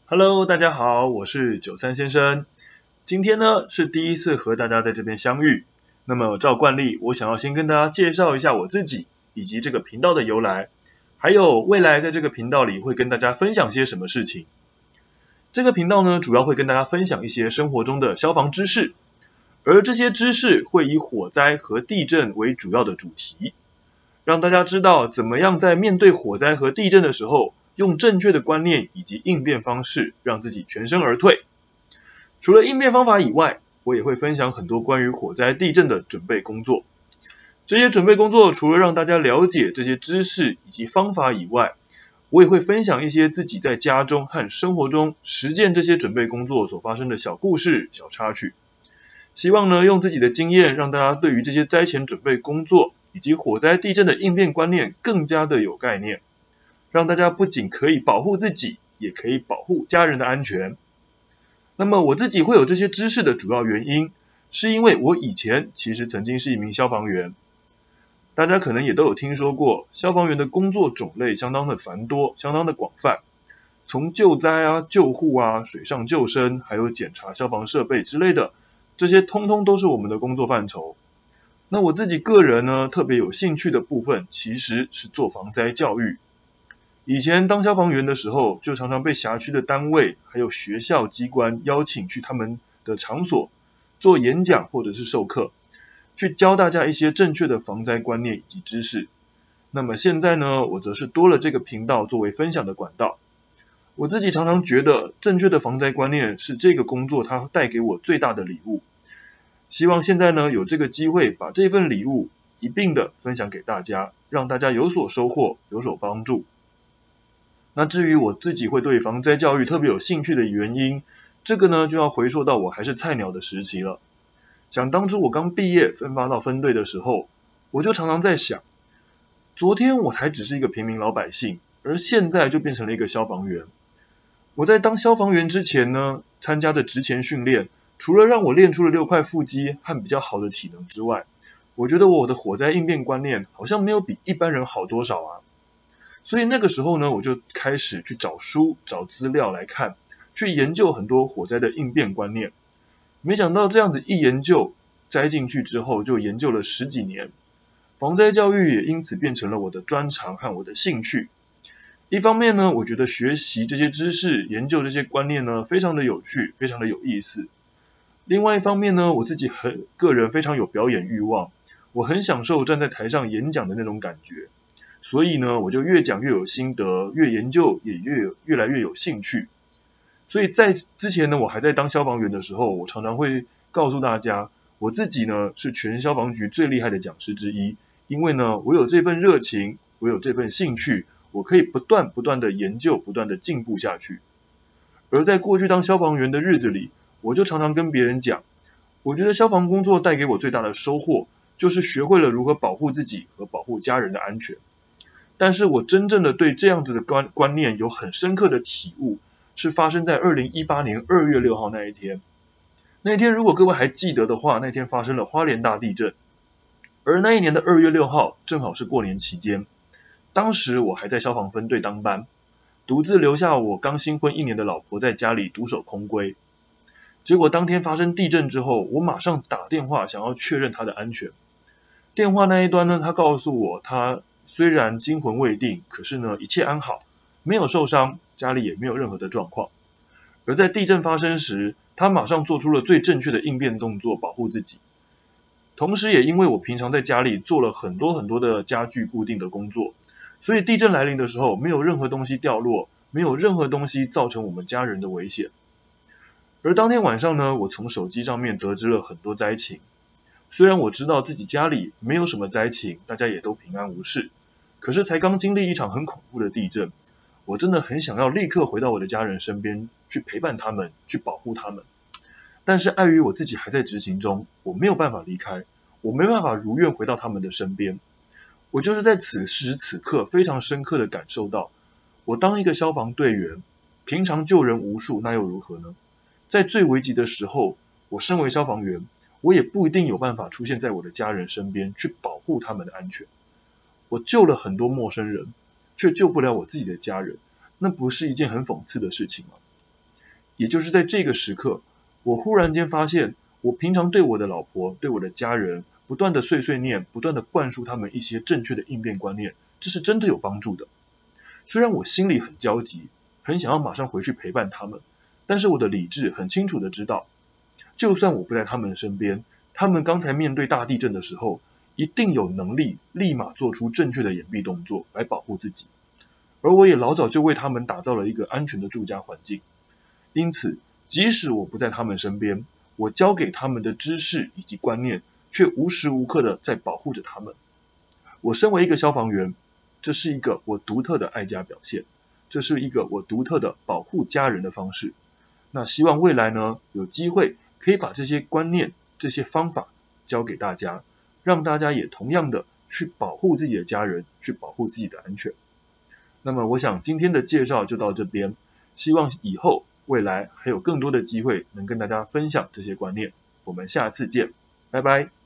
Hello， 大家好，我是93先生。今天呢是第一次和大家在这边相遇。那么照惯例，我想要先跟大家介绍一下我自己，以及这个频道的由来，还有未来在这个频道里会跟大家分享些什么事情。这个频道呢，主要会跟大家分享一些生活中的消防知识，而这些知识会以火灾和地震为主要的主题，让大家知道怎么样在面对火灾和地震的时候，用正确的观念以及应变方式，让自己全身而退。除了应变方法以外，我也会分享很多关于火灾、地震的准备工作。这些准备工作除了让大家了解这些知识以及方法以外，我也会分享一些自己在家中和生活中实践这些准备工作所发生的小故事、小插曲。希望呢，用自己的经验，让大家对于这些灾前准备工作以及火灾、地震的应变观念更加的有概念，让大家不仅可以保护自己，也可以保护家人的安全。那么我自己会有这些知识的主要原因，是因为我以前其实曾经是一名消防员。大家可能也都有听说过，消防员的工作种类相当的繁多，相当的广泛，从救灾啊、救护啊、水上救生，还有检查消防设备之类的，这些通通都是我们的工作范畴。那我自己个人呢，特别有兴趣的部分，其实是做防灾教育。以前当消防员的时候，就常常被辖区的单位还有学校机关邀请去他们的场所做演讲或者是授课，去教大家一些正确的防灾观念以及知识。那么现在呢，我则是多了这个频道作为分享的管道。我自己常常觉得正确的防灾观念是这个工作它带给我最大的礼物。希望现在呢有这个机会把这份礼物一并的分享给大家，让大家有所收获，有所帮助。那至于我自己会对防灾教育特别有兴趣的原因，这个呢就要回溯到我还是菜鸟的时期了。想当初我刚毕业分发到分队的时候，我就常常在想，昨天我才只是一个平民老百姓，而现在就变成了一个消防员。我在当消防员之前呢，参加的职前训练，除了让我练出了6块腹肌和比较好的体能之外，我觉得我的火灾应变观念好像没有比一般人好多少啊。所以那个时候呢，我就开始去找书、找资料来看，去研究很多火灾的应变观念。没想到这样子一研究，栽进去之后就研究了10几年，防灾教育也因此变成了我的专长和我的兴趣。一方面呢，我觉得学习这些知识、研究这些观念呢，非常的有趣，非常的有意思。另外一方面呢，我自己个人非常有表演欲望，我很享受站在台上演讲的那种感觉。所以呢，我就越讲越有心得，越研究也越来越有兴趣。所以在之前呢，我还在当消防员的时候，我常常会告诉大家，我自己呢是全消防局最厉害的讲师之一，因为呢，我有这份热情，我有这份兴趣，我可以不断的研究，不断的进步下去。而在过去当消防员的日子里，我就常常跟别人讲，我觉得消防工作带给我最大的收获，就是学会了如何保护自己和保护家人的安全。但是我真正的对这样子的观念有很深刻的体悟，是发生在2018年2月6号那一天。那一天如果各位还记得的话，那天发生了花莲大地震。而那一年的2月6号正好是过年期间，当时我还在消防分队当班，独自留下我刚新婚1年的老婆在家里独守空闺。结果当天发生地震之后，我马上打电话想要确认她的安全。电话那一端呢，她告诉我她虽然惊魂未定，可是呢一切安好，没有受伤，家里也没有任何的状况。而在地震发生时，他马上做出了最正确的应变动作，保护自己。同时也因为我平常在家里做了很多的家具固定的工作，所以地震来临的时候，没有任何东西掉落，没有任何东西造成我们家人的危险。而当天晚上呢，我从手机上面得知了很多灾情。虽然我知道自己家里没有什么灾情，大家也都平安无事，可是才刚经历一场很恐怖的地震，我真的很想要立刻回到我的家人身边，去陪伴他们，去保护他们。但是碍于我自己还在执勤中，我没有办法离开，我没办法如愿回到他们的身边。我就是在此时此刻非常深刻的感受到，我当一个消防队员，平常救人无数，那又如何呢？在最危急的时候，我身为消防员，我也不一定有办法出现在我的家人身边，去保护他们的安全。我救了很多陌生人，却救不了我自己的家人，那不是一件很讽刺的事情吗？ 也就是在这个时刻，我忽然间发现，我平常对我的老婆、对我的家人，不断的碎碎念，不断的灌输他们一些正确的应变观念，这是真的有帮助的。虽然我心里很焦急，很想要马上回去陪伴他们，但是我的理智很清楚的知道，就算我不在他们身边，他们刚才面对大地震的时候，一定有能力立马做出正确的掩蔽动作来保护自己，而我也老早就为他们打造了一个安全的住家环境。因此，即使我不在他们身边，我教给他们的知识以及观念，却无时无刻的在保护着他们。我身为一个消防员，这是一个我独特的爱家表现，这是一个我独特的保护家人的方式。那希望未来呢，有机会可以把这些观念、这些方法教给大家，让大家也同样的去保护自己的家人，去保护自己的安全。那么我想今天的介绍就到这边，希望以后未来还有更多的机会能跟大家分享这些观念。我们下次见，拜拜。